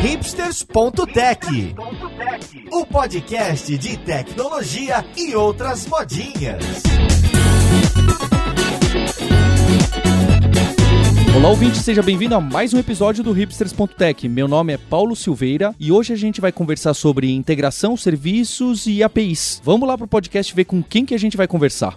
hipsters.tech, o podcast de tecnologia e outras modinhas. Olá, ouvinte, seja bem-vindo a mais um episódio do hipsters.tech. Meu nome é Paulo Silveira e hoje a gente vai conversar sobre integração, serviços e APIs. Vamos lá pro podcast ver com quem que a gente vai conversar.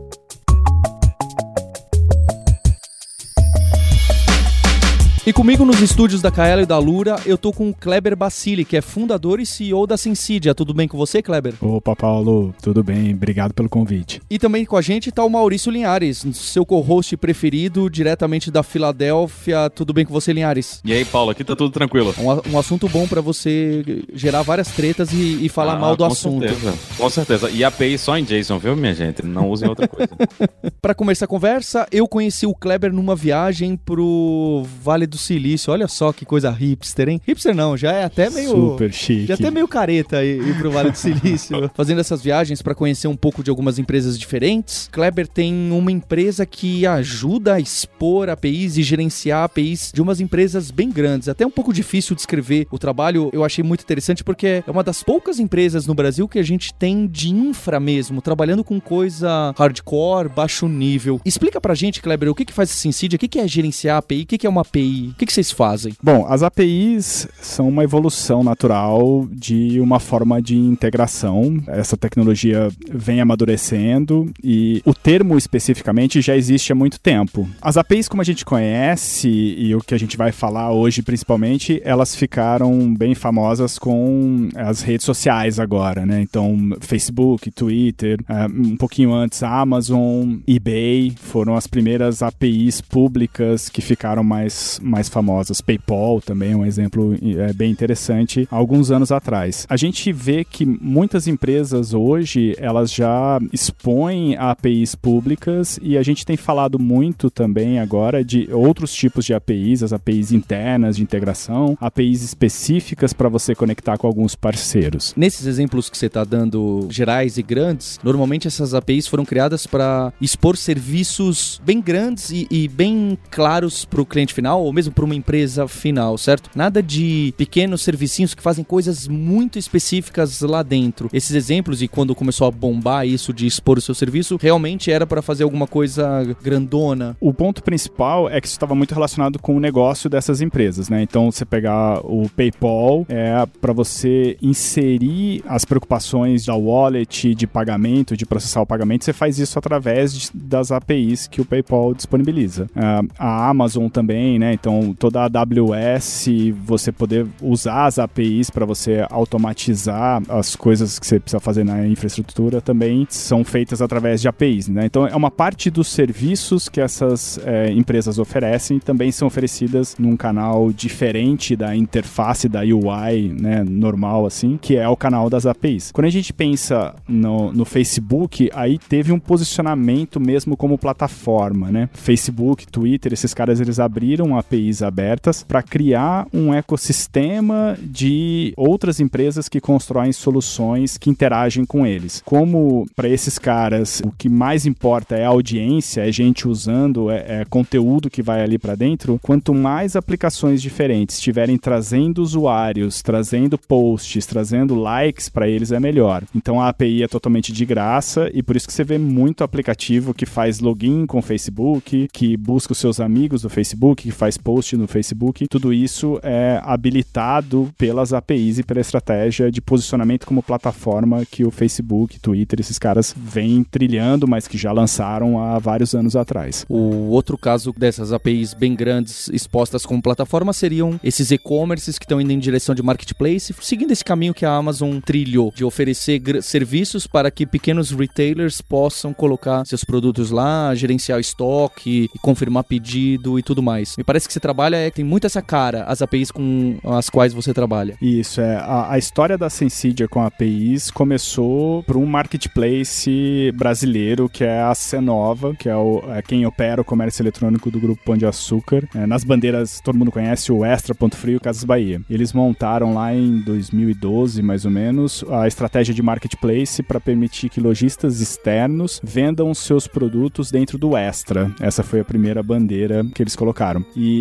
E comigo nos estúdios da Kaelo e da Lura, eu tô com o Kleber Bacili, que é fundador e CEO da Sensidia. Tudo bem com você, Kleber? Opa, Paulo, tudo bem? Obrigado pelo convite. E também com a gente tá o Maurício Linhares, seu co-host preferido, diretamente da Filadélfia. Tudo bem com você, Linhares? E aí, Paulo, aqui tá tudo tranquilo. Um assunto bom pra você gerar várias tretas e falar mal do assunto. Com certeza. E API só em JSON, viu, minha gente? Não usem outra coisa. Pra começar a conversa, eu conheci o Kleber numa viagem pro Vale do Silício. Olha só que coisa hipster, hein? Hipster não, já é até meio... Super chique. Já é até meio careta ir pro Vale do Silício. Fazendo essas viagens pra conhecer um pouco de algumas empresas diferentes. Kleber tem uma empresa que ajuda a expor APIs e gerenciar APIs de umas empresas bem grandes. Até um pouco difícil de descrever o trabalho. Eu achei muito interessante porque é uma das poucas empresas no Brasil que a gente tem de infra mesmo, trabalhando com coisa hardcore, baixo nível. Explica pra gente, Kleber, o que faz a Sensidia, o que é gerenciar API, o que é uma API, o que vocês fazem? Bom, as APIs são uma evolução natural de uma forma de integração. Essa tecnologia vem amadurecendo e o termo especificamente já existe há muito tempo. As APIs, como a gente conhece e o que a gente vai falar hoje principalmente, elas ficaram bem famosas com as redes sociais agora, né? Então, Facebook, Twitter, um pouquinho antes a Amazon, eBay, foram as primeiras APIs públicas que ficaram mais famosas. PayPal também é um exemplo bem interessante, há alguns anos atrás. A gente vê que muitas empresas hoje, elas já expõem APIs públicas e a gente tem falado muito também agora de outros tipos de APIs, as APIs internas de integração, APIs específicas para você conectar com alguns parceiros. Nesses exemplos que você está dando, gerais e grandes, normalmente essas APIs foram criadas para expor serviços bem grandes e bem claros para o cliente final, ou mesmo para uma empresa final, certo? Nada de pequenos servicinhos que fazem coisas muito específicas lá dentro. Esses exemplos, e quando começou a bombar isso de expor o seu serviço, realmente era para fazer alguma coisa grandona. O ponto principal é que isso estava muito relacionado com o negócio dessas empresas, né? Então, você pegar o PayPal, para você inserir as preocupações da wallet, de pagamento, de processar o pagamento, você faz isso através das APIs que o PayPal disponibiliza. A Amazon também, né? Então, toda a AWS, você poder usar as APIs para você automatizar as coisas que você precisa fazer na infraestrutura também são feitas através de APIs, né? Então, é uma parte dos serviços que essas empresas oferecem também são oferecidas num canal diferente da interface da UI, né, normal, assim, que é o canal das APIs. Quando a gente pensa no Facebook, aí teve um posicionamento mesmo como plataforma, né? Facebook, Twitter, esses caras, eles abriram APIs abertas para criar um ecossistema de outras empresas que constroem soluções que interagem com eles. Como para esses caras o que mais importa é a audiência, é gente usando, é conteúdo que vai ali para dentro, quanto mais aplicações diferentes estiverem trazendo usuários, trazendo posts, trazendo likes para eles, é melhor. Então a API é totalmente de graça e por isso que você vê muito aplicativo que faz login com o Facebook, que busca os seus amigos do Facebook, que faz post no Facebook. Tudo isso é habilitado pelas APIs e pela estratégia de posicionamento como plataforma que o Facebook, Twitter, esses caras vêm trilhando, mas que já lançaram há vários anos atrás. O outro caso dessas APIs bem grandes expostas como plataforma seriam esses e-commerces que estão indo em direção de marketplace, seguindo esse caminho que a Amazon trilhou, de oferecer serviços para que pequenos retailers possam colocar seus produtos lá, gerenciar o estoque e confirmar pedido e tudo mais. Me parece que você trabalha, tem muito essa cara, as APIs com as quais você trabalha. Isso, a história da Sensidia com APIs começou por um marketplace brasileiro que é a Cenova, que é quem opera o comércio eletrônico do Grupo Pão de Açúcar. Nas bandeiras, todo mundo conhece o Extra, Ponto Frio, Casas Bahia. Eles montaram lá em 2012, mais ou menos, a estratégia de marketplace para permitir que lojistas externos vendam seus produtos dentro do Extra. Essa foi a primeira bandeira que eles colocaram. E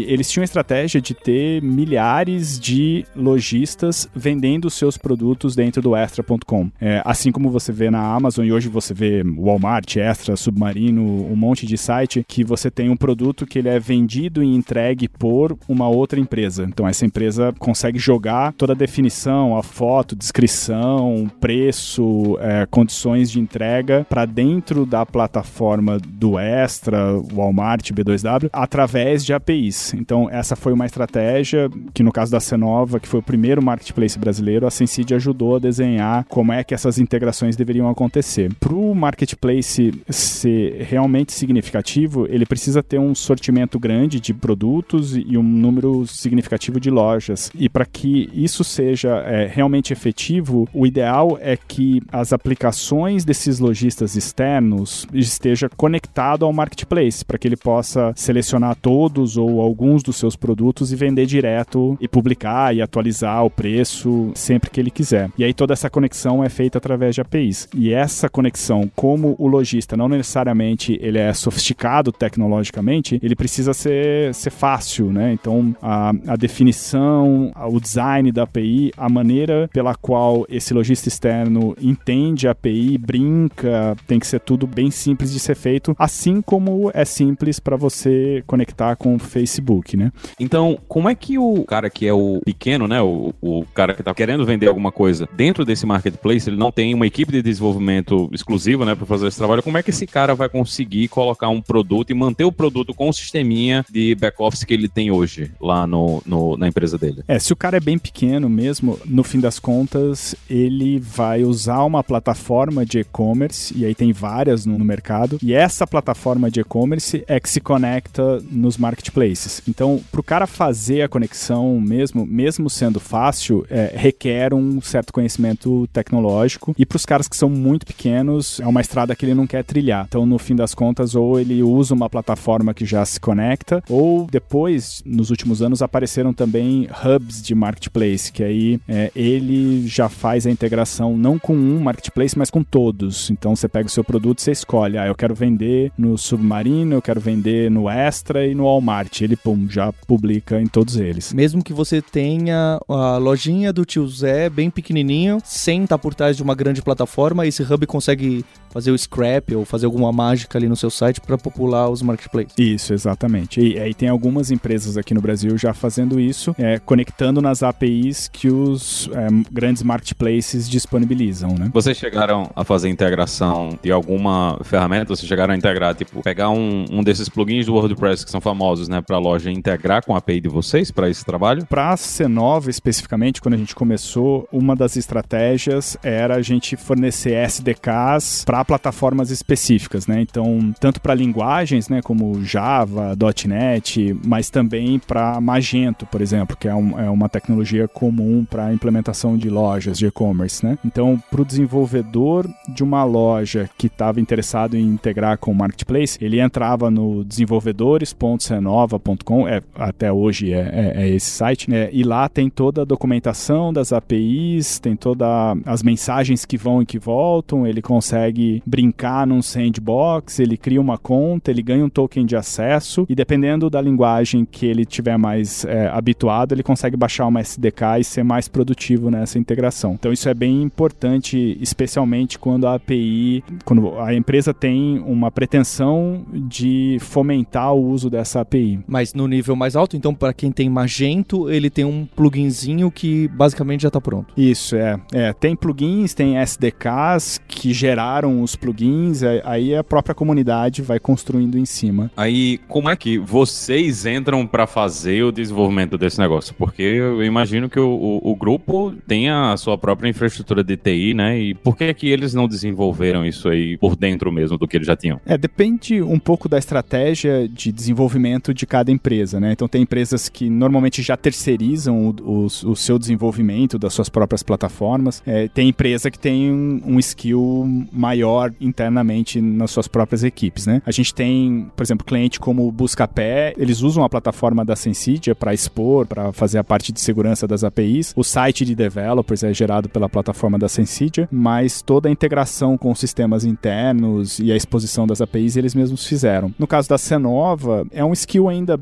E eles tinham a estratégia de ter milhares de lojistas vendendo seus produtos dentro do Extra.com. Assim como você vê na Amazon, e hoje você vê Walmart, Extra, Submarino, um monte de site, que você tem um produto que ele é vendido e entregue por uma outra empresa. Então essa empresa consegue jogar toda a definição, a foto, descrição, preço, condições de entrega para dentro da plataforma do Extra, Walmart, B2W, através de APIs. Então essa foi uma estratégia que no caso da Cenova, que foi o primeiro marketplace brasileiro, a Sensid ajudou a desenhar como é que essas integrações deveriam acontecer. Para o marketplace ser realmente significativo, ele precisa ter um sortimento grande de produtos e um número significativo de lojas. E para que isso seja realmente efetivo, o ideal é que as aplicações desses lojistas externos esteja conectado ao marketplace, para que ele possa selecionar todos ou alguns dos seus produtos e vender direto e publicar e atualizar o preço sempre que ele quiser. E aí toda essa conexão é feita através de APIs. E essa conexão, como o lojista não necessariamente ele é sofisticado tecnologicamente, ele precisa ser fácil, né? Então a definição, o design da API, a maneira pela qual esse lojista externo entende a API, brinca, tem que ser tudo bem simples de ser feito, assim como é simples para você conectar com o Facebook, né? Então, como é que o cara que é o pequeno, né, o cara que tá querendo vender alguma coisa dentro desse marketplace, ele não tem uma equipe de desenvolvimento exclusiva, né, para fazer esse trabalho, como é que esse cara vai conseguir colocar um produto e manter o produto com o sisteminha de back-office que ele tem hoje lá na empresa dele? Se o cara é bem pequeno mesmo, no fim das contas, ele vai usar uma plataforma de e-commerce, e aí tem várias no mercado, e essa plataforma de e-commerce é que se conecta nos marketplaces. Então, para o cara fazer a conexão mesmo sendo fácil, requer um certo conhecimento tecnológico, e para os caras que são muito pequenos, é uma estrada que ele não quer trilhar. Então, no fim das contas, ou ele usa uma plataforma que já se conecta, ou depois, nos últimos anos, apareceram também hubs de marketplace, que aí ele já faz a integração não com um marketplace, mas com todos. Então, você pega o seu produto e você escolhe, eu quero vender no Submarino, eu quero vender no Extra e no Walmart. Ele, já publica em todos eles. Mesmo que você tenha a lojinha do tio Zé bem pequenininho, sem estar por trás de uma grande plataforma, esse hub consegue fazer o scrap ou fazer alguma mágica ali no seu site para popular os marketplaces. Isso, exatamente. E aí tem algumas empresas aqui no Brasil já fazendo isso, conectando nas APIs que os grandes marketplaces disponibilizam, né? Vocês chegaram a fazer integração de alguma ferramenta? Vocês chegaram a integrar, pegar um desses plugins do WordPress que são famosos, né, para a loja, e integrar com a API de vocês para esse trabalho? Para a Cenova, especificamente, quando a gente começou, uma das estratégias era a gente fornecer SDKs para plataformas específicas, né? Então, tanto para linguagens, né, como Java, .NET, mas também para Magento, por exemplo, que é uma tecnologia comum para a implementação de lojas de e-commerce, né? Então, para o desenvolvedor de uma loja que estava interessado em integrar com o Marketplace, ele entrava no desenvolvedores.cenova.com, até hoje é esse site, né? E lá tem toda a documentação das APIs, tem todas as mensagens que vão e que voltam, ele consegue brincar num sandbox, ele cria uma conta, ele ganha um token de acesso e dependendo da linguagem que ele tiver mais habituado, ele consegue baixar uma SDK e ser mais produtivo nessa integração. Então isso é bem importante, especialmente quando quando a empresa tem uma pretensão de fomentar o uso dessa API. Mas no nível mais alto, então para quem tem Magento, ele tem um pluginzinho que basicamente já está pronto. Isso, tem plugins, tem SDKs que geraram os plugins, aí a própria comunidade vai construindo em cima. Aí, como é que vocês entram para fazer o desenvolvimento desse negócio? Porque eu imagino que o grupo tem a sua própria infraestrutura de TI, né? E por que eles não desenvolveram isso aí por dentro mesmo do que eles já tinham? Depende um pouco da estratégia de desenvolvimento de cada empresa, né? Então tem empresas que normalmente já terceirizam o seu desenvolvimento das suas próprias plataformas. Tem empresa que tem um skill maior internamente nas suas próprias equipes, né? A gente tem, por exemplo, cliente como o Buscapé, eles usam a plataforma da Sensidia para expor, para fazer a parte de segurança das APIs. O site de developers é gerado pela plataforma da Sensidia, mas toda a integração com os sistemas internos e a exposição das APIs eles mesmos fizeram. No caso da Cenova, é um skill ainda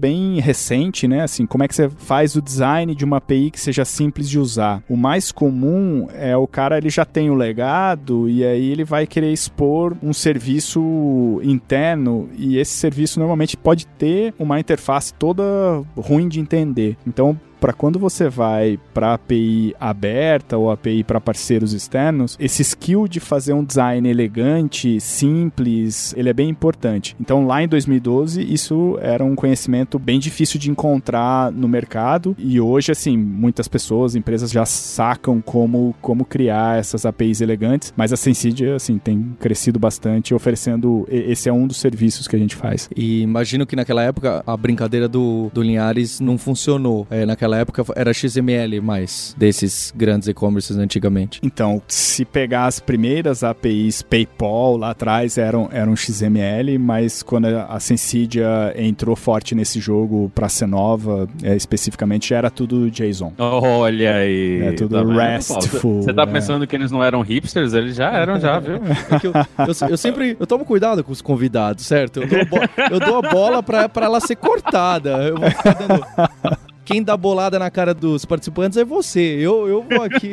bem recente, né? Assim, como é que você faz o design de uma API que seja simples de usar? O mais comum é o cara, ele já tem o legado e aí ele vai querer expor um serviço interno e esse serviço normalmente pode ter uma interface toda ruim de entender. Então, para quando você vai para API aberta ou API para parceiros externos, esse skill de fazer um design elegante, simples, ele é bem importante. Então, lá em 2012, isso era um conhecimento bem difícil de encontrar no mercado e hoje, assim, muitas pessoas, empresas já sacam como criar essas APIs elegantes, mas a Sensidia, assim, tem crescido bastante oferecendo, esse é um dos serviços que a gente faz. E imagino que naquela época a brincadeira do Linhares não funcionou. Naquela época era XML mais desses grandes e-commerces antigamente. Então, se pegar as primeiras APIs PayPal lá atrás eram XML, mas quando a Sensidia entrou forte nesse jogo para ser nova, especificamente, já era tudo JSON. Olha aí. É tudo RESTful. Você tá pensando que eles não eram hipsters? Eles já eram, já, viu? É que eu sempre tomo cuidado com os convidados, certo? Eu dou a bola pra ela ser cortada. Eu vou ficar dando... Quem dá bolada na cara dos participantes é você. Eu vou aqui.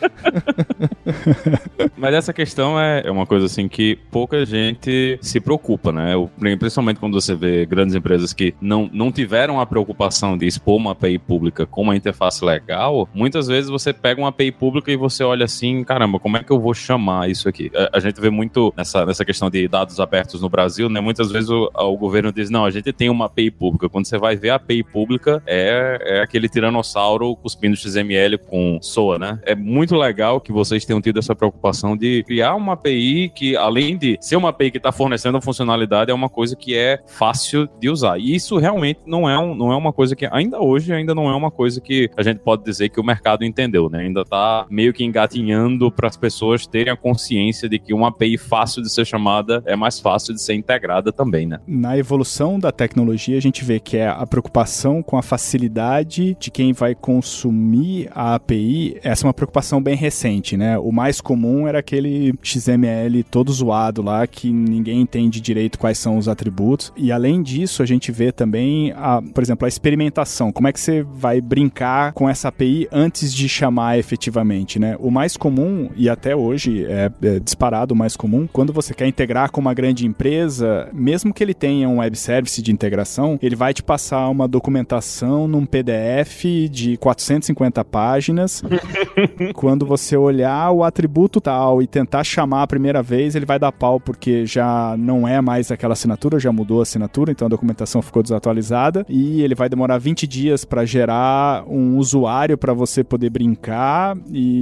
Mas essa questão é uma coisa assim que pouca gente se preocupa, né? Principalmente quando você vê grandes empresas que não tiveram a preocupação de expor uma API pública com uma interface legal, muitas vezes você pega uma API pública e você olha assim, caramba, como é que eu vou chamar isso aqui? A gente vê muito nessa questão de dados abertos no Brasil, né? Muitas vezes o governo diz, não, a gente tem uma API pública. Quando você vai ver a API pública, é aquele tiranossauro cuspindo XML com SOA, né? É muito legal que vocês tenham tido essa preocupação de criar uma API que, além de ser uma API que está fornecendo a funcionalidade, é uma coisa que é fácil de usar. E isso realmente não é uma coisa que, ainda hoje, não é uma coisa que a gente pode dizer que o mercado entendeu, né? Ainda está meio que engatinhando para as pessoas terem a consciência de que uma API fácil de ser chamada é mais fácil de ser integrada também, né? Na evolução da tecnologia, a gente vê que é a preocupação com a facilidade de quem vai consumir a API, essa é uma preocupação bem recente, né? O mais comum era aquele XML todo zoado lá, que ninguém entende direito quais são os atributos. E além disso, a gente vê também, por exemplo, a experimentação. Como é que você vai brincar com essa API antes de chamar efetivamente, né? O mais comum, e até hoje é disparado o mais comum, quando você quer integrar com uma grande empresa, mesmo que ele tenha um web service de integração, ele vai te passar uma documentação num PDF de 450 páginas. Quando você olhar o atributo tal e tentar chamar a primeira vez, ele vai dar pau porque já não é mais aquela assinatura, já mudou a assinatura, então a documentação ficou desatualizada e ele vai demorar 20 dias para gerar um usuário para você poder brincar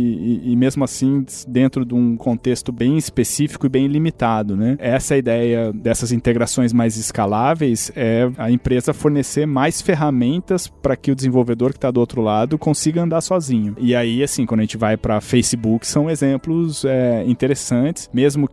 e mesmo assim dentro de um contexto bem específico e bem limitado, né? Essa ideia dessas integrações mais escaláveis é a empresa fornecer mais ferramentas para que o desenvolvedor que está do outro lado consiga andar sozinho. E aí, assim, quando a gente vai para Facebook, são exemplos interessantes, mesmo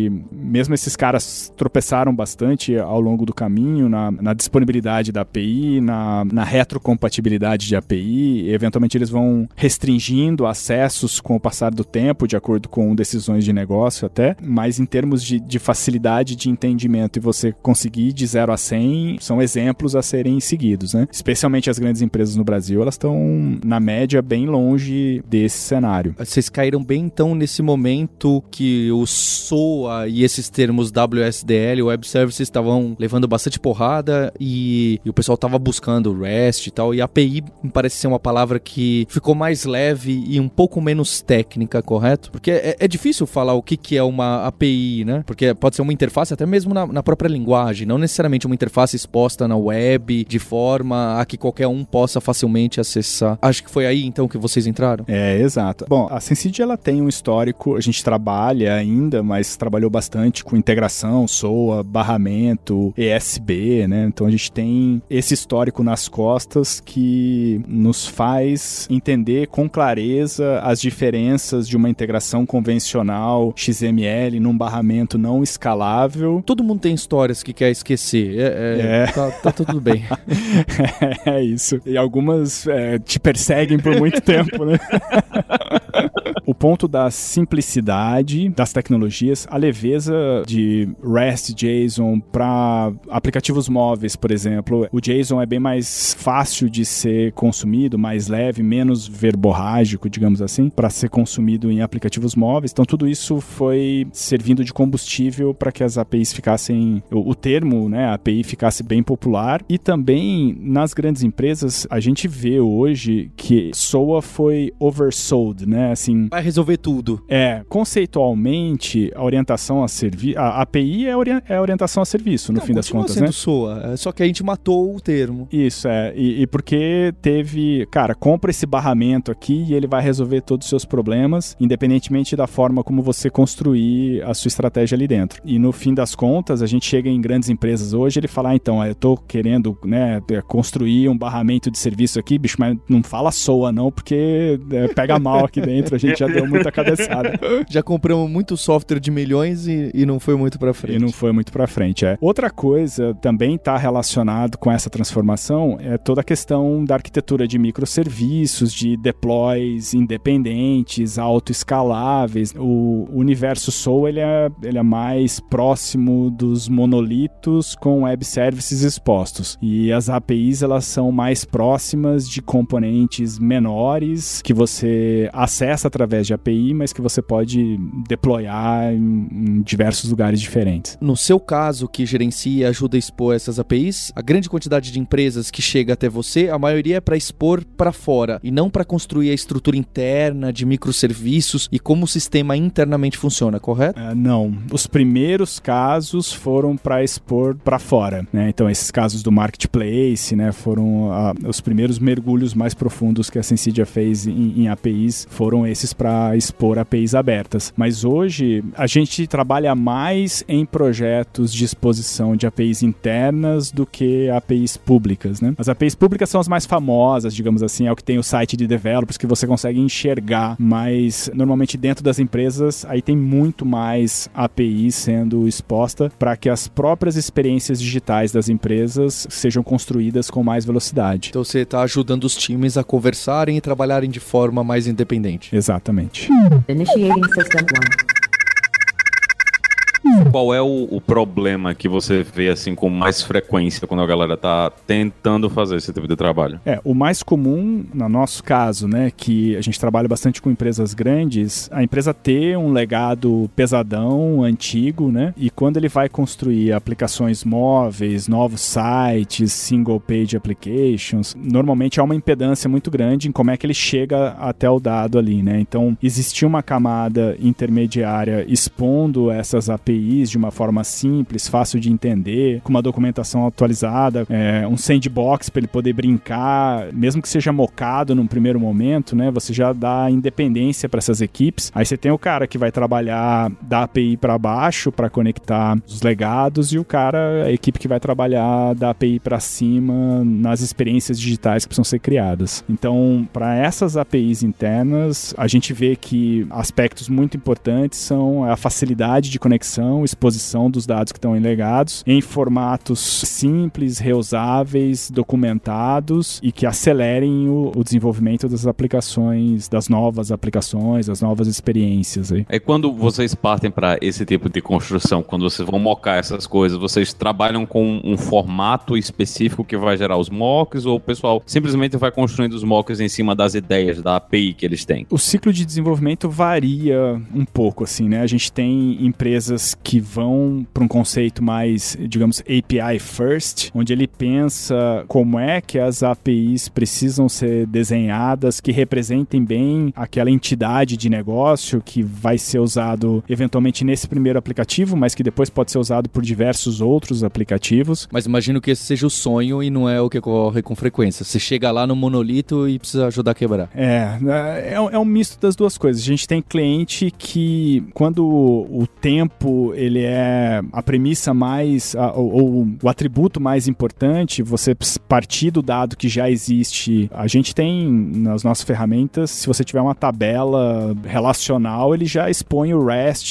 esses caras tropeçaram bastante ao longo do caminho na disponibilidade da API, na retrocompatibilidade de API, e eventualmente eles vão restringindo acessos com o passar do tempo, de acordo com decisões de negócio até, mas em termos de facilidade de entendimento e você conseguir de 0 a 100, são exemplos a serem seguidos, né? Especialmente as grandes empresas no Brasil, elas estão, na média, bem longe desse cenário. Vocês caíram bem, então, nesse momento que o SOA e esses termos WSDL, Web Services, estavam levando bastante porrada e o pessoal estava buscando REST e tal, e a API me parece ser uma palavra que ficou mais leve e um pouco menos técnica, correto? Porque é difícil falar o que é uma API, né? Porque pode ser uma interface até mesmo na própria linguagem, não necessariamente uma interface exposta na web, de forma a que qualquer um possa facilmente acessar. Acho que foi aí, então, que vocês entraram. Exato. Bom, a Sensidia, ela tem um histórico, a gente trabalha ainda, mas trabalhou bastante com integração, SOA, barramento, ESB, né? Então a gente tem esse histórico nas costas que nos faz entender com clareza as diferenças de uma integração convencional XML num barramento não escalável. Todo mundo tem histórias que quer esquecer. Tá tudo bem. É isso. E algumas te perseguem por muito tempo, né? O ponto da simplicidade das tecnologias, a leveza de REST JSON para aplicativos móveis, por exemplo. O JSON é bem mais fácil de ser consumido, mais leve, menos verborrágico, digamos assim, para ser consumido em aplicativos móveis. Então tudo isso foi servindo de combustível para que as APIs ficassem, o termo, né, a API ficasse bem popular. E também nas grandes empresas a gente vê hoje que SOA foi oversold, né? Assim, vai resolver tudo. Conceitualmente, a orientação a serviço, a API é orientação a serviço, no fim das contas, sendo né? SOA, só que a gente matou o termo. Isso, e porque teve, cara, compra esse barramento aqui e ele vai resolver todos os seus problemas, independentemente da forma como você construir a sua estratégia ali dentro. E no fim das contas, a gente chega em grandes empresas hoje, ele fala, então, eu tô querendo, né, construir um barramento de serviço aqui, bicho, mas não fala SOA não, porque pega mal aqui dentro, a gente já deu muita cabeçada. Já compramos muito software de milhões e não foi muito pra frente. Outra coisa também está relacionado com essa transformação é toda a questão da arquitetura de microserviços, de deploys independentes, autoescaláveis. O universo SOA ele é mais próximo dos monolitos com web services expostos. E as APIs elas são mais próximas de componentes menores que você acessa através de API, mas que você pode deployar em diversos lugares diferentes. No seu caso, que gerencia e ajuda a expor essas APIs, a grande quantidade de empresas que chega até você, a maioria é para expor para fora e não para construir a estrutura interna de microserviços e como o sistema internamente funciona, correto? Não. Os primeiros casos foram para expor para fora, né? Então, esses casos do marketplace, né, foram os primeiros mergulhos mais profundos que a Sensidia fez em APIs, foram esses para expor APIs abertas. Mas hoje, a gente trabalha mais em projetos de exposição de APIs internas do que APIs públicas, né? As APIs públicas são as mais famosas, digamos assim, é o que tem o site de developers que você consegue enxergar, mas normalmente dentro das empresas aí tem muito mais APIs sendo exposta para que as próprias experiências digitais das empresas sejam construídas com mais velocidade. Então você está ajudando os times a conversarem e trabalharem de forma mais independente. Exatamente. Initiating System 1. Qual é o problema que você vê assim com mais frequência quando a galera tá tentando fazer esse tipo de trabalho? O mais comum, no nosso caso, né, que a gente trabalha bastante com empresas grandes, a empresa ter um legado pesadão, antigo, né, e quando ele vai construir aplicações móveis, novos sites, single page applications, normalmente há uma impedância muito grande em como é que ele chega até o dado ali, né, então existia uma camada intermediária expondo essas APIs de uma forma simples, fácil de entender, com uma documentação atualizada, um sandbox para ele poder brincar, mesmo que seja mocado num primeiro momento, né? Você já dá independência para essas equipes. Aí você tem o cara que vai trabalhar da API para baixo para conectar os legados e a equipe que vai trabalhar da API para cima nas experiências digitais que precisam ser criadas. Então, para essas APIs internas, a gente vê que aspectos muito importantes são a facilidade de conexão, exposição dos dados que estão em legados em formatos simples, reusáveis, documentados e que acelerem o desenvolvimento das aplicações, das novas aplicações, das novas experiências. Aí. Quando vocês partem para esse tipo de construção, quando vocês vão mocar essas coisas, vocês trabalham com um formato específico que vai gerar os mocks ou o pessoal simplesmente vai construindo os mocks em cima das ideias da API que eles têm? O ciclo de desenvolvimento varia um pouco, assim, né? A gente tem empresas que vão para um conceito mais, digamos, API first, onde ele pensa como é que as APIs precisam ser desenhadas, que representem bem aquela entidade de negócio que vai ser usado eventualmente nesse primeiro aplicativo, mas que depois pode ser usado por diversos outros aplicativos. Mas imagino que esse seja o sonho e não é o que ocorre com frequência. Você chega lá no monolito e precisa ajudar a quebrar. É um misto das duas coisas. A gente tem cliente que, quando o tempo ele é a premissa mais, ou o atributo mais importante, você partir do dado que já existe. A gente tem nas nossas ferramentas, se você tiver uma tabela relacional, ele já expõe o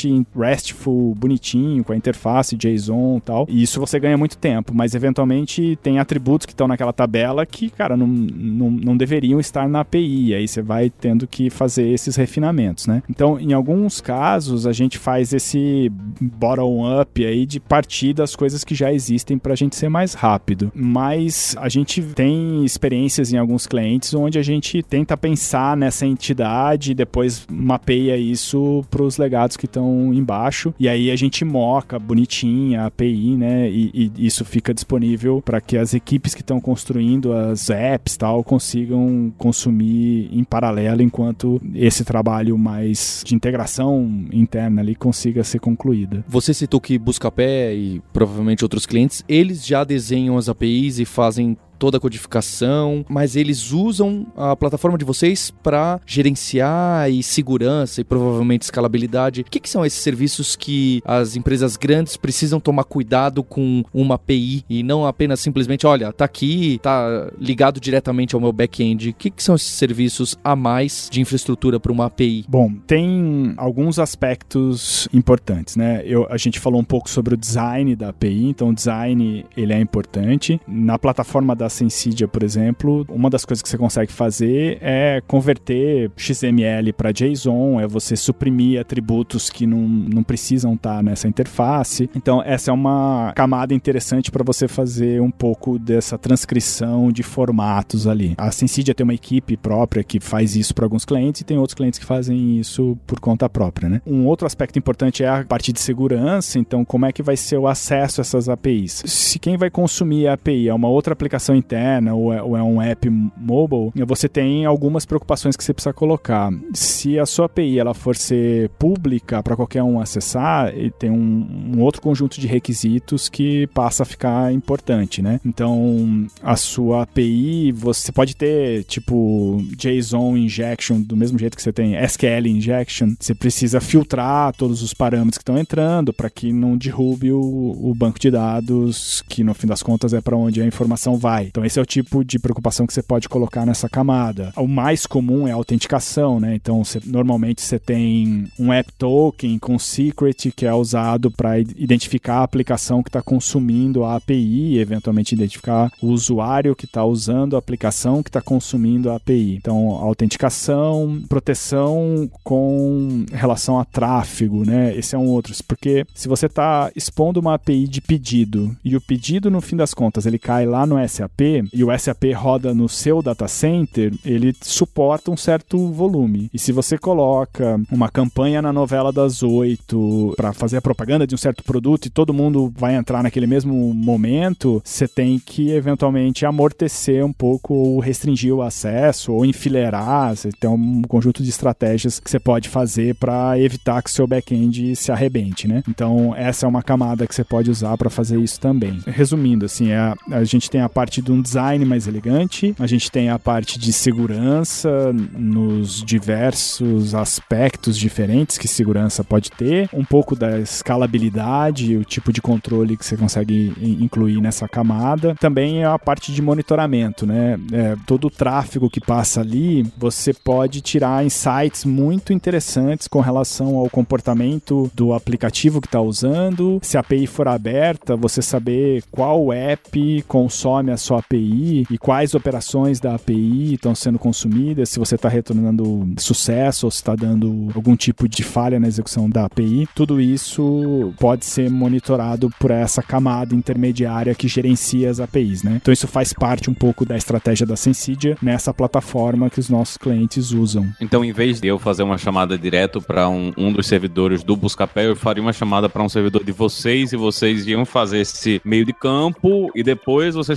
RESTful bonitinho, com a interface JSON e tal, e isso você ganha muito tempo, mas eventualmente tem atributos que estão naquela tabela que, cara, não deveriam estar na API, aí você vai tendo que fazer esses refinamentos, né? Então, em alguns casos, a gente faz esse bottom-up aí de partir das coisas que já existem pra gente ser mais rápido, mas a gente tem experiências em alguns clientes onde a gente tenta pensar nessa entidade e depois mapeia isso pros legados que estão embaixo, e aí a gente moca bonitinha a API, né? E isso fica disponível para que as equipes que estão construindo as apps tal consigam consumir em paralelo enquanto esse trabalho mais de integração interna ali consiga ser concluída. Você citou que Buscapé e provavelmente outros clientes, eles já desenham as APIs e fazem toda a codificação, mas eles usam a plataforma de vocês para gerenciar e segurança e provavelmente escalabilidade. O que são esses serviços que as empresas grandes precisam tomar cuidado com uma API e não apenas simplesmente, olha, tá aqui, tá ligado diretamente ao meu back-end. O que são esses serviços a mais de infraestrutura para uma API? Bom, tem alguns aspectos importantes, né? A gente falou um pouco sobre o design da API, então o design ele é importante. Na plataforma da Sensidia, por exemplo, uma das coisas que você consegue fazer é converter XML para JSON, é você suprimir atributos que não precisam estar nessa interface. Então, essa é uma camada interessante para você fazer um pouco dessa transcrição de formatos ali. A Sensidia tem uma equipe própria que faz isso para alguns clientes e tem outros clientes que fazem isso por conta própria, né? Um outro aspecto importante é a parte de segurança, então como é que vai ser o acesso a essas APIs? Se quem vai consumir a API é uma outra aplicação interna ou é um app mobile, você tem algumas preocupações que você precisa colocar. Se a sua API ela for ser pública para qualquer um acessar, tem um outro conjunto de requisitos que passa a ficar importante, né? Então, a sua API, você pode ter tipo JSON injection do mesmo jeito que você tem SQL injection, você precisa filtrar todos os parâmetros que estão entrando para que não derrube o banco de dados, que no fim das contas é para onde a informação vai. Então esse é o tipo de preocupação que você pode colocar nessa camada. O mais comum é a autenticação, né? Então normalmente você tem um app token com secret que é usado para identificar a aplicação que está consumindo a API, eventualmente identificar o usuário que está usando a aplicação que está consumindo a API. Então autenticação, proteção com relação a tráfego, né? Esse é um outro, porque se você está expondo uma API de pedido e o pedido no fim das contas ele cai lá no SAP e o SAP roda no seu data center, ele suporta um certo volume. E se você coloca uma campanha na novela das 8 para fazer a propaganda de um certo produto e todo mundo vai entrar naquele mesmo momento, você tem que eventualmente amortecer um pouco ou restringir o acesso ou enfileirar. Você tem um conjunto de estratégias que você pode fazer para evitar que o seu back-end se arrebente, né? Então, essa é uma camada que você pode usar para fazer isso também. Resumindo, assim, a gente tem a parte de um design mais elegante, a gente tem a parte de segurança nos diversos aspectos diferentes que segurança pode ter, um pouco da escalabilidade, o tipo de controle que você consegue incluir nessa camada. Também é a parte de monitoramento, né? Todo o tráfego que passa ali, você pode tirar insights muito interessantes com relação ao comportamento do aplicativo que está usando. Se a API for aberta, você saber qual app consome a sua API e quais operações da API estão sendo consumidas, se você está retornando sucesso ou se está dando algum tipo de falha na execução da API. Tudo isso pode ser monitorado por essa camada intermediária que gerencia as APIs, né? Então isso faz parte um pouco da estratégia da Sensidia nessa plataforma que os nossos clientes usam. Então, em vez de eu fazer uma chamada direto para um dos servidores do Buscapé, eu faria uma chamada para um servidor de vocês e vocês iam fazer esse meio de campo e depois vocês passariam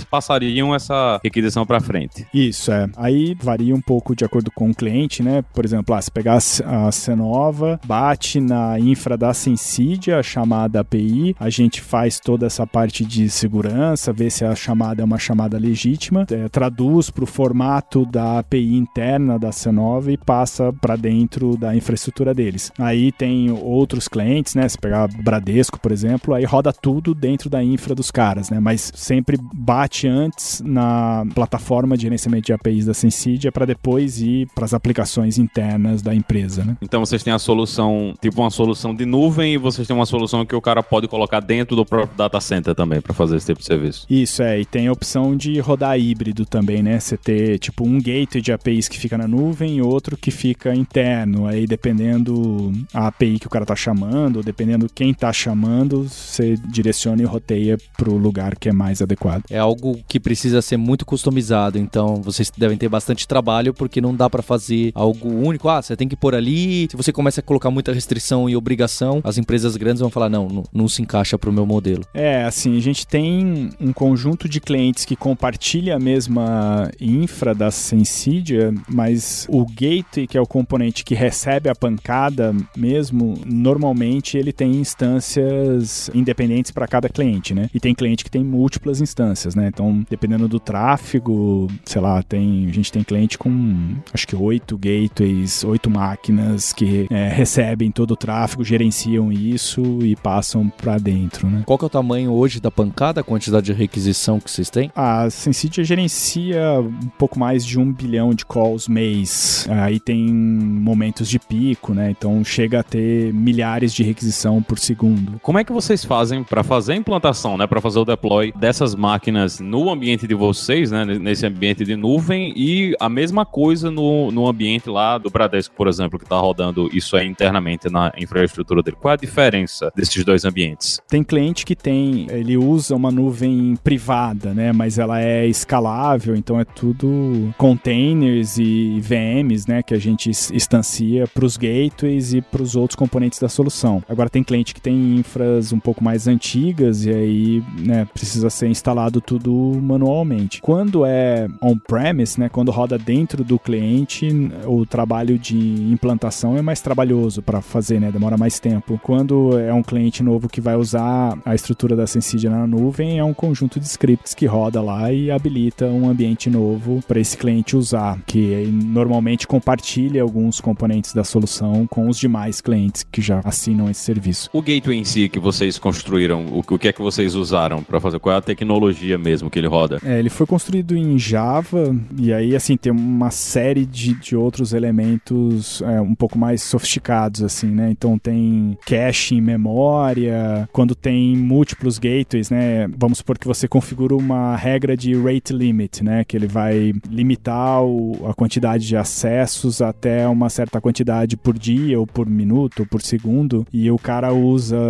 levariam essa requisição para frente. Isso, Aí varia um pouco de acordo com o cliente, né? Por exemplo, se pegar a Cenova, bate na infra da Sensidia, a chamada API, a gente faz toda essa parte de segurança, vê se a chamada é uma chamada legítima, traduz para o formato da API interna da Cenova e passa para dentro da infraestrutura deles. Aí tem outros clientes, né? Se pegar Bradesco, por exemplo, aí roda tudo dentro da infra dos caras, né? Mas sempre bate antes na plataforma de gerenciamento de APIs da Sensidia para depois ir para as aplicações internas da empresa, né? Então vocês têm a solução, tipo uma solução de nuvem, e vocês têm uma solução que o cara pode colocar dentro do próprio data center também para fazer esse tipo de serviço. Isso, e tem a opção de rodar híbrido também, né? Você ter tipo um gateway de APIs que fica na nuvem e outro que fica interno. Aí dependendo a API que o cara tá chamando, ou dependendo quem tá chamando, você direciona e roteia pro lugar que é mais adequado. É algo que precisa ser muito customizado, então vocês devem ter bastante trabalho, porque não dá pra fazer algo único. Você tem que pôr ali. Se você começa a colocar muita restrição e obrigação, as empresas grandes vão falar, não se encaixa pro meu modelo. Assim, a gente tem um conjunto de clientes que compartilha a mesma infra da Sensidia, mas o gateway, que é o componente que recebe a pancada mesmo, normalmente ele tem instâncias independentes para cada cliente, né? E tem cliente que tem múltiplas instâncias, né? Então, dependendo do tráfego, sei lá, a gente tem cliente com, acho que 8 gateways, 8 máquinas que recebem todo o tráfego, gerenciam isso e passam para dentro, né? Qual que é o tamanho hoje da pancada, a quantidade de requisição que vocês têm? A Sensidia gerencia um pouco mais de 1 bilhão de calls mês. Aí tem momentos de pico, né? Então chega a ter milhares de requisição por segundo. Como é que vocês fazem para fazer a implantação, né? Para fazer o deploy dessas máquinas no ambiente de vocês, né? Nesse ambiente de nuvem, e a mesma coisa no ambiente lá do Bradesco, por exemplo, que está rodando isso aí internamente na infraestrutura dele. Qual é a diferença desses dois ambientes? Tem cliente que ele usa uma nuvem privada, né? Mas ela é escalável, então é tudo containers e VMs, né? Que a gente instancia para os gateways e para os outros componentes da solução. Agora tem cliente que tem infras um pouco mais antigas e aí, né, precisa ser instalado tudo manualmente. Quando é on-premise, né? Quando roda dentro do cliente, o trabalho de implantação é mais trabalhoso para fazer, né? Demora mais tempo. Quando é um cliente novo que vai usar a estrutura da Sensidia na nuvem, é um conjunto de scripts que roda lá e habilita um ambiente novo para esse cliente usar, que normalmente compartilha alguns componentes da solução com os demais clientes que já assinam esse serviço. O gateway em si que vocês construíram, o que é que vocês usaram para fazer? Qual é a tecnologia mesmo que ele roda? Ele foi construído em Java e aí, assim, tem uma série de outros elementos um pouco mais sofisticados, assim, né? Então tem cache em memória, quando tem múltiplos gateways, né? Vamos supor que você configura uma regra de rate limit, né? Que ele vai limitar a quantidade de acessos até uma certa quantidade por dia, ou por minuto, ou por segundo, e o cara usa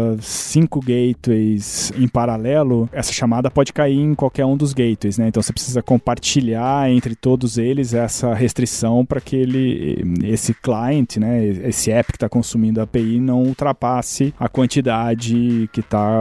5 gateways em paralelo, essa chamada pode cair em qualquer um dos gateways, né? Então você precisa compartilhar entre todos eles essa restrição para que esse client, né? Esse app que está consumindo a API não ultrapasse a quantidade que está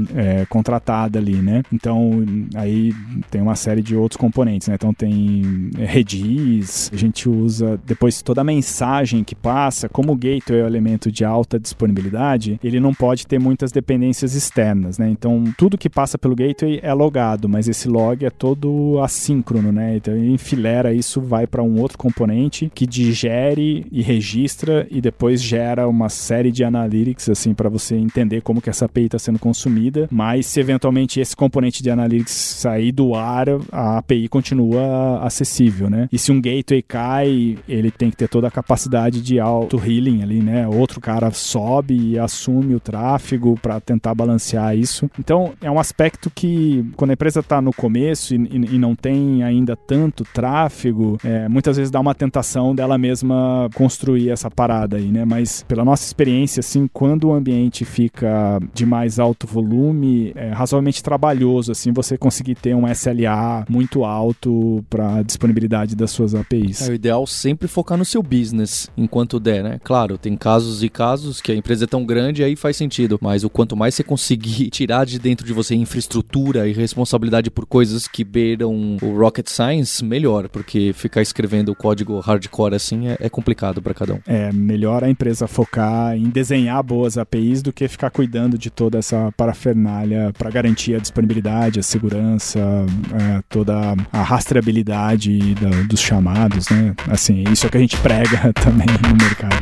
contratada ali, né? Então, aí tem uma série de outros componentes, né? Então tem Redis, a gente usa depois toda a mensagem que passa, como o gateway é um elemento de alta disponibilidade, ele não pode ter muitas dependências externas, né? Então, tudo que passa pelo gateway é logado, mas esse log é todo assíncrono, né? Então, ele enfileira isso, vai para um outro componente que digere e registra e depois gera uma série de analytics, assim, para você entender como que essa API está sendo consumida, mas se eventualmente esse componente de analytics sair do ar, a API continua acessível, né? E se um gateway cai, ele tem que ter toda a capacidade de auto-healing ali, né? Outro cara sobe e assume o tráfego para tentar balancear isso. Então, é um aspecto que, quando a empresa está no começo e não tem ainda tanto tráfego, muitas vezes dá uma tentação dela mesma construir essa parada aí, né? Mas, pela nossa experiência, assim, quando o ambiente fica de mais alto volume, é razoavelmente trabalhoso, assim, você conseguir ter um SLA muito alto para disponibilidade das suas APIs. É o ideal sempre focar no seu business, enquanto der, né? Claro, tem casos e casos que a empresa é tão grande, aí faz sentido, mas o quanto mais você conseguir tirar de dentro de você infraestrutura e responsabilidade por coisas que beiram o rocket science, melhor, porque ficar escrevendo código hardcore assim é complicado para cada um. É melhor a empresa focar em desenhar boas APIs do que ficar cuidando de toda essa parafernália para garantir a disponibilidade, a segurança, toda a rastreabilidade dos chamados, né? Assim, isso é o que a gente prega também no mercado.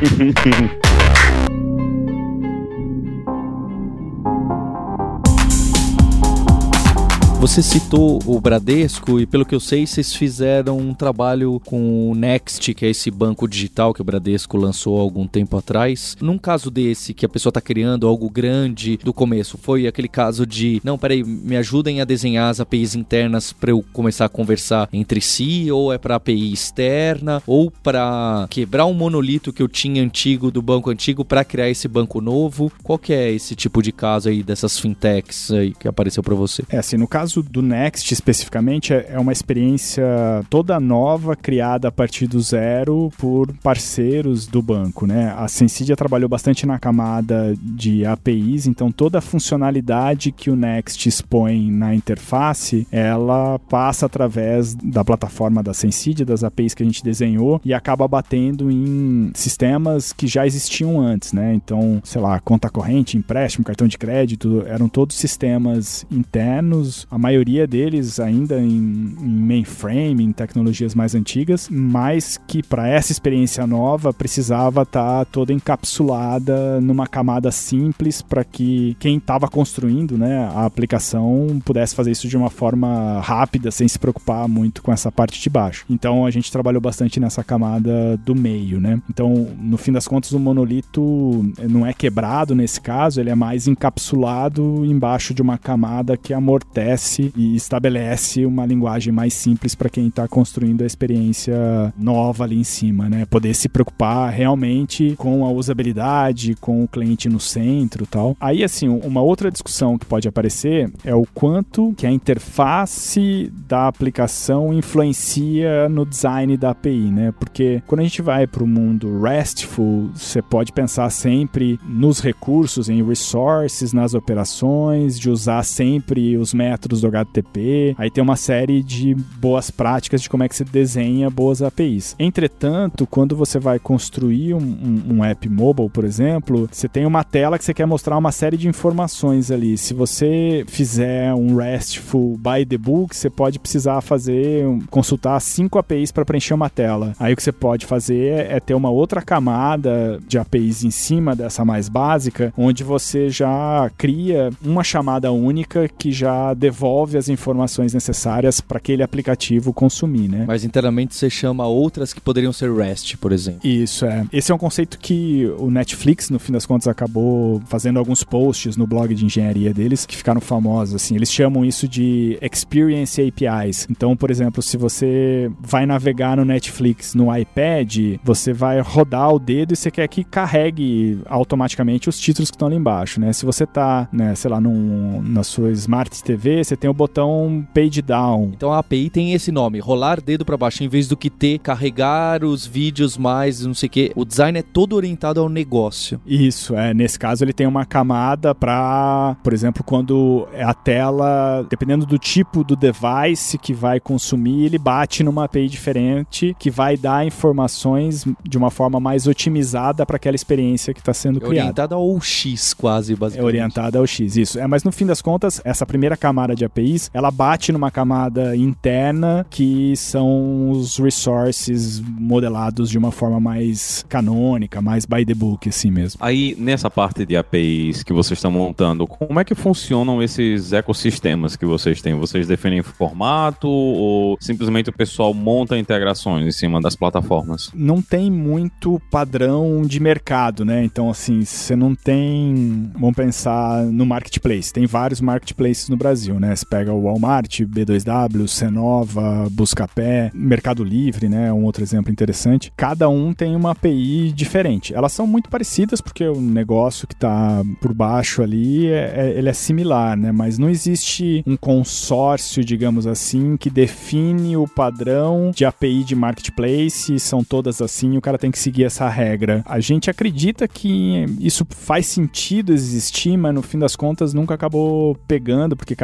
Você citou o Bradesco e, pelo que eu sei, vocês fizeram um trabalho com o Next, que é esse banco digital que o Bradesco lançou há algum tempo atrás. Num caso desse, que a pessoa está criando algo grande do começo, foi aquele caso de, não, peraí, me ajudem a desenhar as APIs internas para eu começar a conversar entre si, ou é para API externa, ou para quebrar um monolito que eu tinha antigo do banco antigo para criar esse banco novo? Qual que é esse tipo de caso aí dessas fintechs aí que apareceu para você? Assim, no caso do Next especificamente, é uma experiência toda nova, criada a partir do zero por parceiros do banco, né? A Sensidia trabalhou bastante na camada de APIs, então toda a funcionalidade que o Next expõe na interface, ela passa através da plataforma da Sensidia, das APIs que a gente desenhou, e acaba batendo em sistemas que já existiam antes, né? Então, sei lá, conta corrente, empréstimo, cartão de crédito, eram todos sistemas internos, a maioria deles ainda em mainframe, em tecnologias mais antigas, mas que para essa experiência nova precisava estar toda encapsulada numa camada simples para que quem estava construindo, né, a aplicação pudesse fazer isso de uma forma rápida, sem se preocupar muito com essa parte de baixo. Então a gente trabalhou bastante nessa camada do meio, né? Então, no fim das contas, o monolito não é quebrado nesse caso, ele é mais encapsulado embaixo de uma camada que amortece e estabelece uma linguagem mais simples para quem está construindo a experiência nova ali em cima, né? Poder se preocupar realmente com a usabilidade, com o cliente no centro e tal. Aí, assim, uma outra discussão que pode aparecer é o quanto que a interface da aplicação influencia no design da API, né? Porque quando a gente vai para o mundo RESTful, você pode pensar sempre nos recursos, em resources, nas operações, de usar sempre os métodos do HTTP, aí tem uma série de boas práticas de como é que se desenha boas APIs. Entretanto, quando você vai construir um app mobile, por exemplo, você tem uma tela que você quer mostrar uma série de informações ali. Se você fizer um RESTful by the book, você pode precisar consultar 5 APIs para preencher uma tela. Aí o que você pode fazer é ter uma outra camada de APIs em cima dessa mais básica, onde você já cria uma chamada única que já devolve as informações necessárias para aquele aplicativo consumir, né? Mas internamente você chama outras que poderiam ser REST, por exemplo. Isso, é. Esse é um conceito que o Netflix, no fim das contas, acabou fazendo alguns posts no blog de engenharia deles que ficaram famosos, assim. Eles chamam isso de Experience APIs. Então, por exemplo, se você vai navegar no Netflix no iPad, você vai rodar o dedo e você quer que carregue automaticamente os títulos que estão ali embaixo, né? Se você tá, né, sei lá, na sua Smart TV, você tem o botão Page Down. Então a API tem esse nome, rolar dedo para baixo, em vez do que carregar os vídeos mais, não sei o que. O design é todo orientado ao negócio. Isso, nesse caso ele tem uma camada para, por exemplo, quando a tela, dependendo do tipo do device que vai consumir, ele bate numa API diferente que vai dar informações de uma forma mais otimizada para aquela experiência que está sendo criada. Orientada ao X, quase, basicamente. É orientada ao X, isso. Mas no fim das contas, essa primeira camada de APIs, ela bate numa camada interna que são os resources modelados de uma forma mais canônica, mais by the book, assim mesmo. Aí, nessa parte de APIs que vocês estão montando, como é que funcionam esses ecossistemas que vocês têm? Vocês definem formato ou simplesmente o pessoal monta integrações em cima das plataformas? Não tem muito padrão de mercado, né? Então, assim, você não tem... Vamos pensar no marketplace. Tem vários marketplaces no Brasil, né? Você pega o Walmart, B2W, Cenova, Buscapé, Mercado Livre, né? Um outro exemplo interessante. Cada um tem uma API diferente. Elas são muito parecidas porque o negócio que está por baixo ali, ele é similar, né? Mas não existe um consórcio, digamos assim, que define o padrão de API de marketplace, são todas assim, o cara tem que seguir essa regra. A gente acredita que isso faz sentido existir, mas no fim das contas nunca acabou pegando, porque cada um tem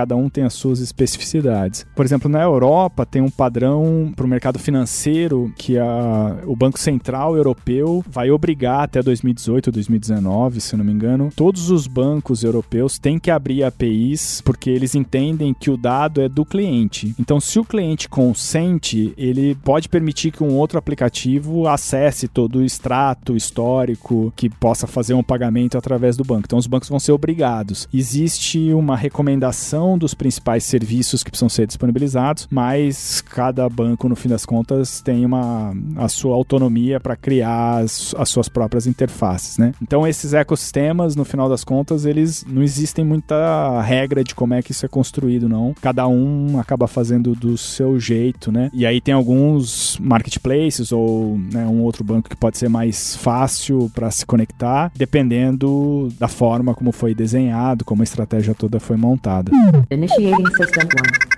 tem as suas especificidades. Por exemplo, na Europa tem um padrão para o mercado financeiro que o Banco Central Europeu vai obrigar até 2018 ou 2019, se não me engano, todos os bancos europeus têm que abrir APIs porque eles entendem que o dado é do cliente. Então, se o cliente consente, ele pode permitir que um outro aplicativo acesse todo o extrato histórico, que possa fazer um pagamento através do banco. Então, os bancos vão ser obrigados. Existe uma recomendação dos principais serviços que precisam ser disponibilizados, mas cada banco, no fim das contas, tem a sua autonomia para criar as suas próprias interfaces, né? Então, esses ecossistemas, no final das contas, eles não existem muita regra de como é que isso é construído, não. Cada um acaba fazendo do seu jeito, né? E aí tem alguns marketplaces ou, né, um outro banco que pode ser mais fácil para se conectar, dependendo da forma como foi desenhado, como a estratégia toda foi montada. Initiating System 1.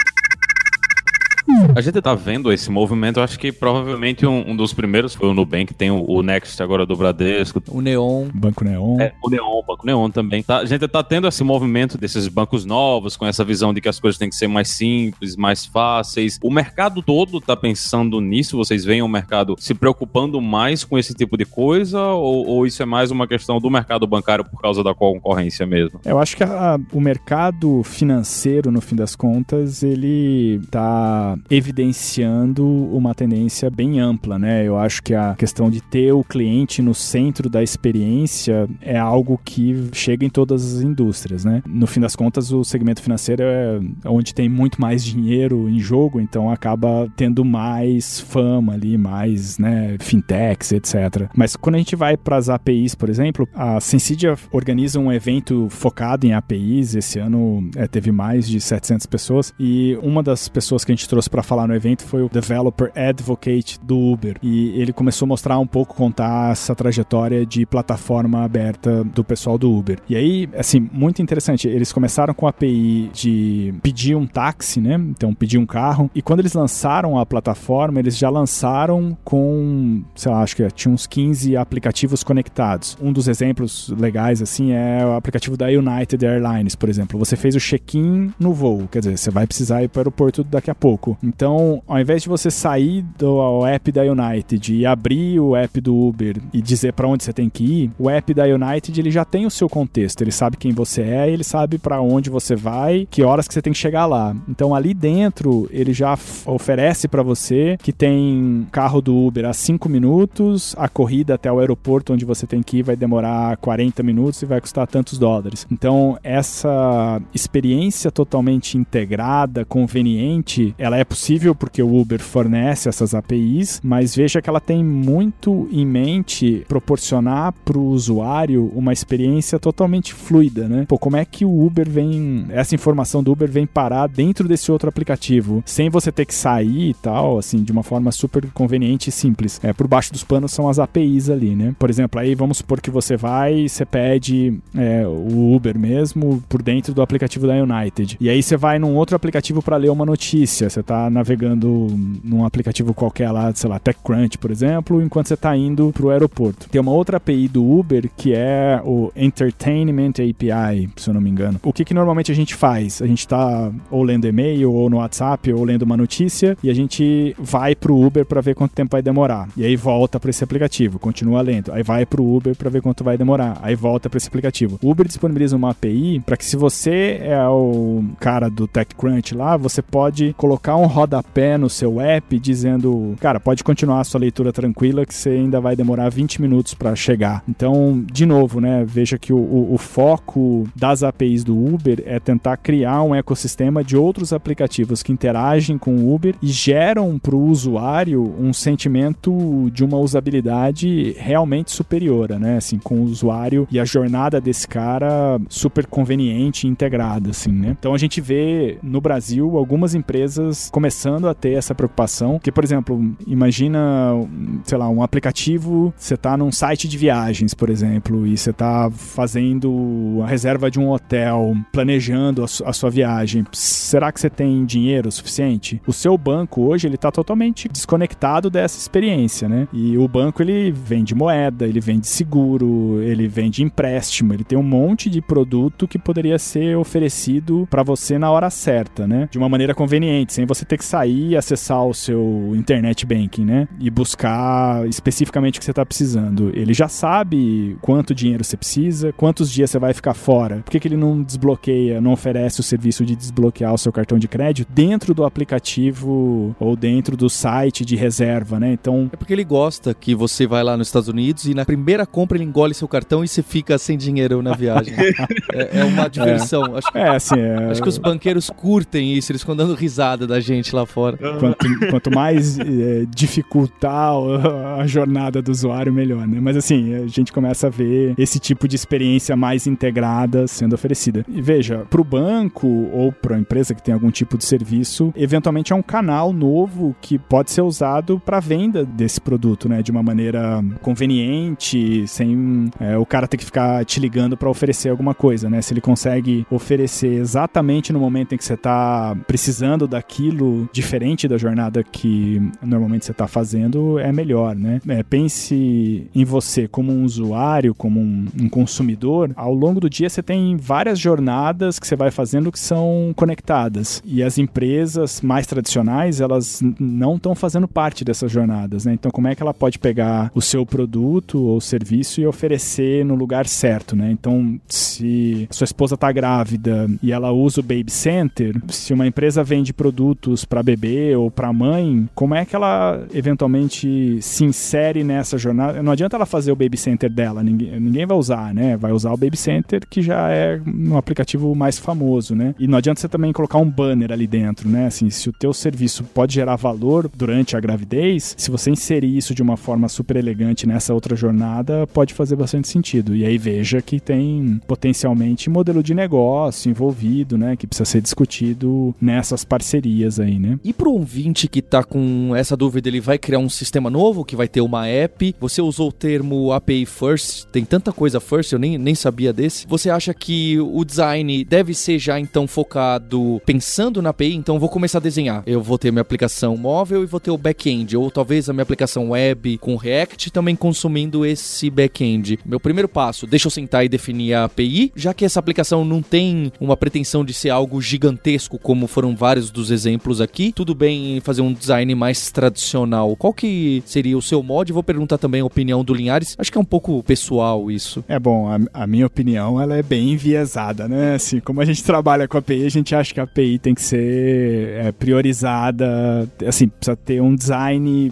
A gente tá vendo esse movimento, eu acho que provavelmente um dos primeiros foi o Nubank, tem o Next agora do Bradesco. O Neon. Banco Neon. O Banco Neon também. A gente tá tendo esse movimento desses bancos novos, com essa visão de que as coisas têm que ser mais simples, mais fáceis. O mercado todo tá pensando nisso? Vocês veem o mercado se preocupando mais com esse tipo de coisa? Ou isso é mais uma questão do mercado bancário por causa da concorrência mesmo? Eu acho que o mercado financeiro, no fim das contas, ele tá evidenciando uma tendência bem ampla, né? Eu acho que a questão de ter o cliente no centro da experiência é algo que chega em todas as indústrias, né? No fim das contas, o segmento financeiro é onde tem muito mais dinheiro em jogo, então acaba tendo mais fama ali, mais, né, fintechs, etc. Mas quando a gente vai para as APIs, por exemplo, a Sensidia organiza um evento focado em APIs. Esse ano teve mais de 700 pessoas, e uma das pessoas que a gente trouxe para falar no evento foi o Developer Advocate do Uber, e ele começou a mostrar um pouco, contar essa trajetória de plataforma aberta do pessoal do Uber. E aí, assim, muito interessante, eles começaram com a API de pedir um táxi, né? Então, pedir um carro, e quando eles lançaram a plataforma, eles já lançaram com, sei lá, acho que tinha uns 15 aplicativos conectados. Um dos exemplos legais, assim, é o aplicativo da United Airlines, por exemplo. Você fez o check-in no voo, quer dizer, você vai precisar ir para o aeroporto daqui a pouco. Então, ao invés de você sair do app da United e abrir o app do Uber e dizer para onde você tem que ir, o app da United, ele já tem o seu contexto, ele sabe quem você é, ele sabe para onde você vai, que horas que você tem que chegar lá. Então, ali dentro, ele já oferece para você que tem carro do Uber a 5 minutos, a corrida até o aeroporto onde você tem que ir vai demorar 40 minutos e vai custar tantos dólares. Então, essa experiência totalmente integrada, conveniente, ela é possível porque o Uber fornece essas APIs, mas veja que ela tem muito em mente proporcionar para o usuário uma experiência totalmente fluida, né? Pô, como é que o Uber essa informação do Uber vem parar dentro desse outro aplicativo, sem você ter que sair e tal, assim, de uma forma super conveniente e simples. Por baixo dos panos são as APIs ali, né? Por exemplo, aí vamos supor que você pede o Uber mesmo por dentro do aplicativo da United. E aí você vai num outro aplicativo para ler uma notícia. Você tá navegando num aplicativo qualquer lá, sei lá, TechCrunch, por exemplo, enquanto você tá indo pro aeroporto. Tem uma outra API do Uber que é o Entertainment API, se eu não me engano. O que normalmente a gente faz? A gente tá ou lendo e-mail, ou no WhatsApp, ou lendo uma notícia, e a gente vai pro Uber para ver quanto tempo vai demorar. E aí volta para esse aplicativo, continua lendo. Aí vai pro Uber para ver quanto vai demorar. Aí volta para esse aplicativo. O Uber disponibiliza uma API para que, se você é o cara do TechCrunch lá, você pode colocar um rodapé no seu app dizendo, cara, pode continuar a sua leitura tranquila que você ainda vai demorar 20 minutos para chegar. Então, de novo, né, veja que o foco das APIs do Uber é tentar criar um ecossistema de outros aplicativos que interagem com o Uber e geram para o usuário um sentimento de uma usabilidade realmente superior, né, assim, com o usuário e a jornada desse cara super conveniente e integrada, assim, né. Então a gente vê no Brasil algumas empresas começando a ter essa preocupação, porque, por exemplo, imagina, sei lá, um aplicativo, você tá num site de viagens, por exemplo, e você tá fazendo a reserva de um hotel, planejando a sua viagem. Será que você tem dinheiro suficiente? O seu banco hoje, ele tá totalmente desconectado dessa experiência, né? E o banco, ele vende moeda, ele vende seguro, ele vende empréstimo, ele tem um monte de produto que poderia ser oferecido para você na hora certa, né? De uma maneira conveniente, sem você ter que sair e acessar o seu internet banking, né? E buscar especificamente o que você tá precisando. Ele já sabe quanto dinheiro você precisa, quantos dias você vai ficar fora. Por que ele não desbloqueia, não oferece o serviço de desbloquear o seu cartão de crédito dentro do aplicativo ou dentro do site de reserva, né? Então... É porque ele gosta que você vai lá nos Estados Unidos e na primeira compra ele engole seu cartão e você fica sem dinheiro na viagem. É uma diversão. Acho que os banqueiros curtem isso, eles ficam dando risada da gente lá fora. Quanto mais dificultar a jornada do usuário, melhor, né? Mas assim, a gente começa a ver esse tipo de experiência mais integrada sendo oferecida. E veja, pro banco ou pra empresa que tem algum tipo de serviço, eventualmente é um canal novo que pode ser usado para venda desse produto, né? De uma maneira conveniente, sem o cara ter que ficar te ligando para oferecer alguma coisa, né? Se ele consegue oferecer exatamente no momento em que você tá precisando daquilo, diferente da jornada que normalmente você tá fazendo, é melhor, né? Pense em você como um usuário, como um consumidor. Ao longo do dia você tem várias jornadas que você vai fazendo que são conectadas. E as empresas mais tradicionais, elas não estão fazendo parte dessas jornadas, né? Então, como é que ela pode pegar o seu produto ou serviço e oferecer no lugar certo, né? Então, se sua esposa está grávida e ela usa o Baby Center, se uma empresa vende produtos para bebê ou para mãe, como é que ela eventualmente se insere nessa jornada? Não adianta ela fazer o Baby Center dela, ninguém vai usar, né? Vai usar o Baby Center, que já é um aplicativo mais famoso, né? E não adianta você também colocar um banner ali dentro, né? Assim, se o teu serviço pode gerar valor durante a gravidez, se você inserir isso de uma forma super elegante nessa outra jornada, pode fazer bastante sentido. E aí veja que tem potencialmente modelo de negócio envolvido, né? Que precisa ser discutido nessas parcerias aí, né? E pro ouvinte que tá com essa dúvida, ele vai criar um sistema novo que vai ter uma app. Você usou o termo API First, tem tanta coisa first, eu nem sabia desse. Você acha que o design deve ser já então focado pensando na API? Então eu vou começar a desenhar. Eu vou ter minha aplicação móvel e vou ter o back-end, ou talvez a minha aplicação web com React também consumindo esse back-end. Meu primeiro passo, deixa eu sentar e definir a API, já que essa aplicação não tem uma pretensão de ser algo gigantesco, como foram vários dos exemplos aqui. Tudo bem fazer um design mais tradicional. Qual que seria o seu mod? Vou perguntar também a opinião do Linhares. Acho que é um pouco pessoal isso. Bom, a minha opinião, ela é bem enviesada, né? Assim, como a gente trabalha com a API, a gente acha que a API tem que ser priorizada, assim, precisa ter um design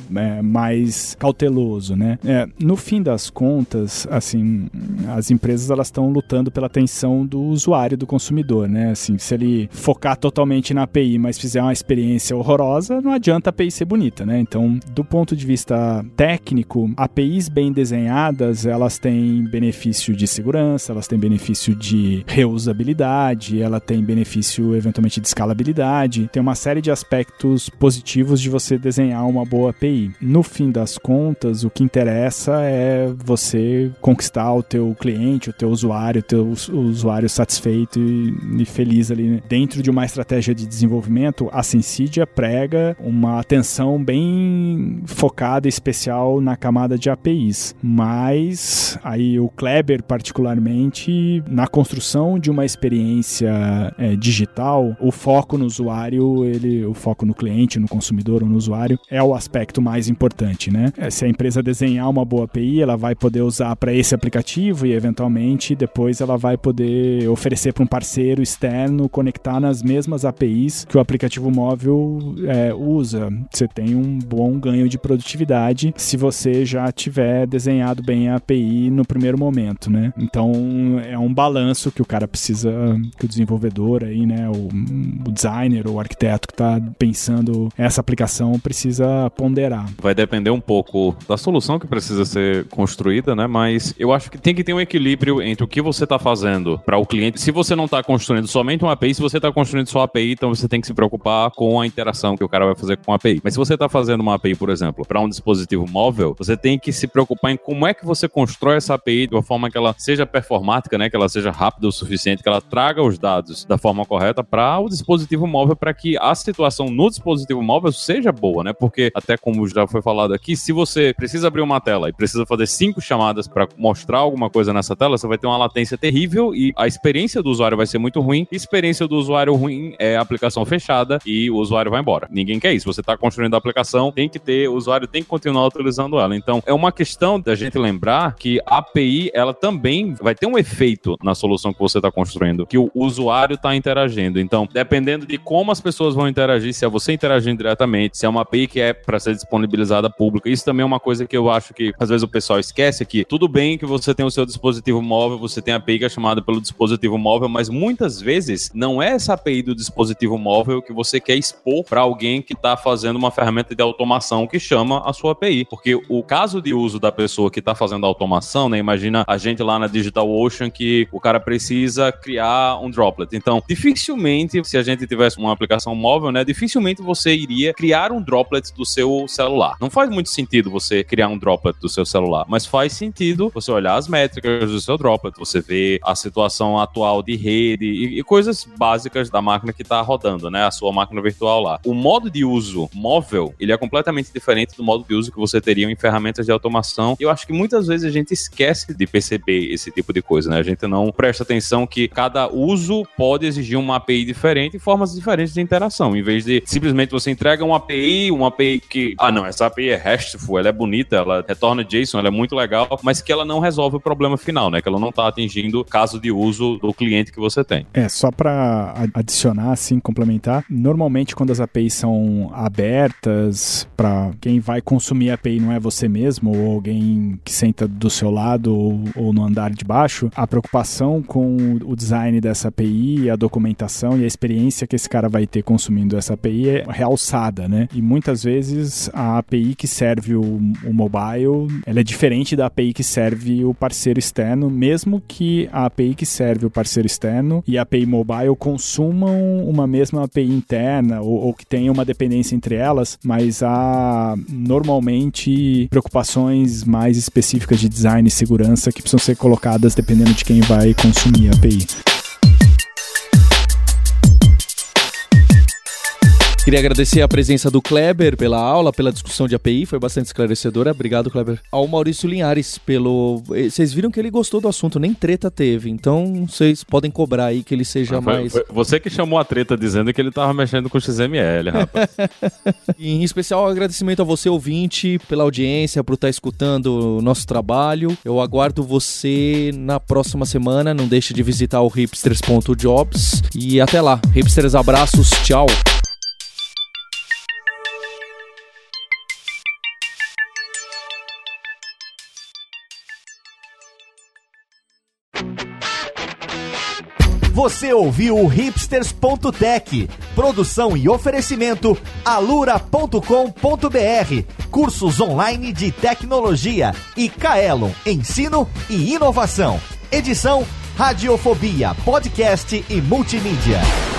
mais cauteloso, né? No fim das contas, assim, as empresas, elas estão lutando pela atenção do usuário, do consumidor, né? Assim, se ele focar totalmente na API, mas fizer uma experiência horrorosa, não adianta a API ser bonita, né? Então, do ponto de vista técnico, APIs bem desenhadas, elas têm benefício de segurança, elas têm benefício de reusabilidade, ela tem benefício, eventualmente, de escalabilidade. Tem uma série de aspectos positivos de você desenhar uma boa API. No fim das contas, o que interessa é você conquistar o teu cliente, o teu usuário satisfeito e feliz ali, né? Dentro de uma estratégia de desenvolvimento, a Sensidia prega uma atenção bem focada e especial na camada de APIs. Mas aí o Kleber, particularmente, na construção de uma experiência digital, o foco no usuário, o foco no cliente, no consumidor ou no usuário, é o aspecto mais importante, né? Se a empresa desenhar uma boa API, ela vai poder usar para esse aplicativo e, eventualmente, depois ela vai poder oferecer para um parceiro externo, conectar nas mesmas APIs que o aplicativo móvel usa. Você tem um bom ganho de produtividade se você já tiver desenhado bem a API no primeiro momento, né? Então, é um balanço que o cara precisa, que o desenvolvedor aí, né, o designer ou o arquiteto que está pensando essa aplicação precisa ponderar. Vai depender um pouco da solução que precisa ser construída, né? Mas eu acho que tem que ter um equilíbrio entre o que você está fazendo para o cliente. Se você não está construindo somente uma API, se você está construindo só a API, então você tem que se preocupar com a interação que o cara vai fazer com a API. Mas se você está fazendo uma API, por exemplo, para um dispositivo móvel, você tem que se preocupar em como é que você constrói essa API de uma forma que ela seja performática, né, que ela seja rápida o suficiente, que ela traga os dados da forma correta para o dispositivo móvel, para que a situação no dispositivo móvel seja boa, né? Porque, até como já foi falado aqui, se você precisa abrir uma tela e precisa fazer 5 chamadas para mostrar alguma coisa nessa tela, você vai ter uma latência terrível e a experiência do usuário vai ser muito ruim. A experiência do usuário ruim é a aplicação fechada e o usuário vai embora. Ninguém quer isso. Você está construindo a aplicação, o usuário tem que continuar utilizando ela. Então, é uma questão da gente lembrar que a API, ela também vai ter um efeito na solução que você está construindo, que o usuário está interagindo. Então, dependendo de como as pessoas vão interagir, se é você interagindo diretamente, se é uma API que é para ser disponibilizada pública, isso também é uma coisa que eu acho que às vezes o pessoal esquece, que tudo bem que você tem o seu dispositivo móvel, você tem a API que é chamada pelo dispositivo móvel, mas muitas vezes não é essa API do dispositivo móvel que você quer expor para alguém que está fazendo uma ferramenta de automação que chama a sua API, porque o caso de uso da pessoa que está fazendo a automação, né, imagina a gente lá na DigitalOcean que o cara precisa criar um droplet. Então, dificilmente, se a gente tivesse uma aplicação móvel, né, dificilmente você iria criar um droplet do seu celular. Não faz muito sentido você criar um droplet do seu celular, mas faz sentido você olhar as métricas do seu droplet, você ver a situação atual de rede e coisas básicas da máquina que está rodando, né, a sua máquina virtual lá. O modo de uso móvel, ele é completamente diferente do modo de uso que você teria em ferramentas de automação, e eu acho que muitas vezes a gente esquece de perceber esse tipo de coisa, né, a gente não presta atenção que cada uso pode exigir uma API diferente e formas diferentes de interação, em vez de simplesmente você entrega uma API que, não, essa API é RESTful, ela é bonita, ela retorna JSON, ela é muito legal, mas que ela não resolve o problema final, né, que ela não está atingindo o caso de uso do cliente que você tem. Só para adicionar, assim, complementar, normalmente quando as APIs são abertas para quem vai consumir a API não é você mesmo ou alguém que senta do seu lado ou no andar de baixo, a preocupação com o design dessa API, a documentação e a experiência que esse cara vai ter consumindo essa API é realçada, né? E muitas vezes a API que serve o mobile, ela é diferente da API que serve o parceiro externo, mesmo que a API que serve o parceiro externo e a API mobile consumam uma mesma API interna ou que tenha uma dependência entre elas, mas há normalmente preocupações mais específicas de design e segurança que precisam ser colocadas dependendo de quem vai consumir a API. Queria agradecer a presença do Kleber pela aula, pela discussão de API, foi bastante esclarecedora. Obrigado, Kleber. Ao Maurício Linhares, Vocês viram que ele gostou do assunto, nem treta teve, então vocês podem cobrar aí que ele seja mais... Foi você que chamou a treta dizendo que ele tava mexendo com XML, rapaz. Em especial, agradecimento a você, ouvinte, pela audiência, por estar escutando o nosso trabalho. Eu aguardo você na próxima semana, não deixe de visitar o hipsters.jobs e até lá. Hipsters, abraços, tchau! Você ouviu o hipsters.tech, produção e oferecimento alura.com.br, cursos online de tecnologia e Kaelon, ensino e inovação. Edição Radiofobia, podcast e multimídia.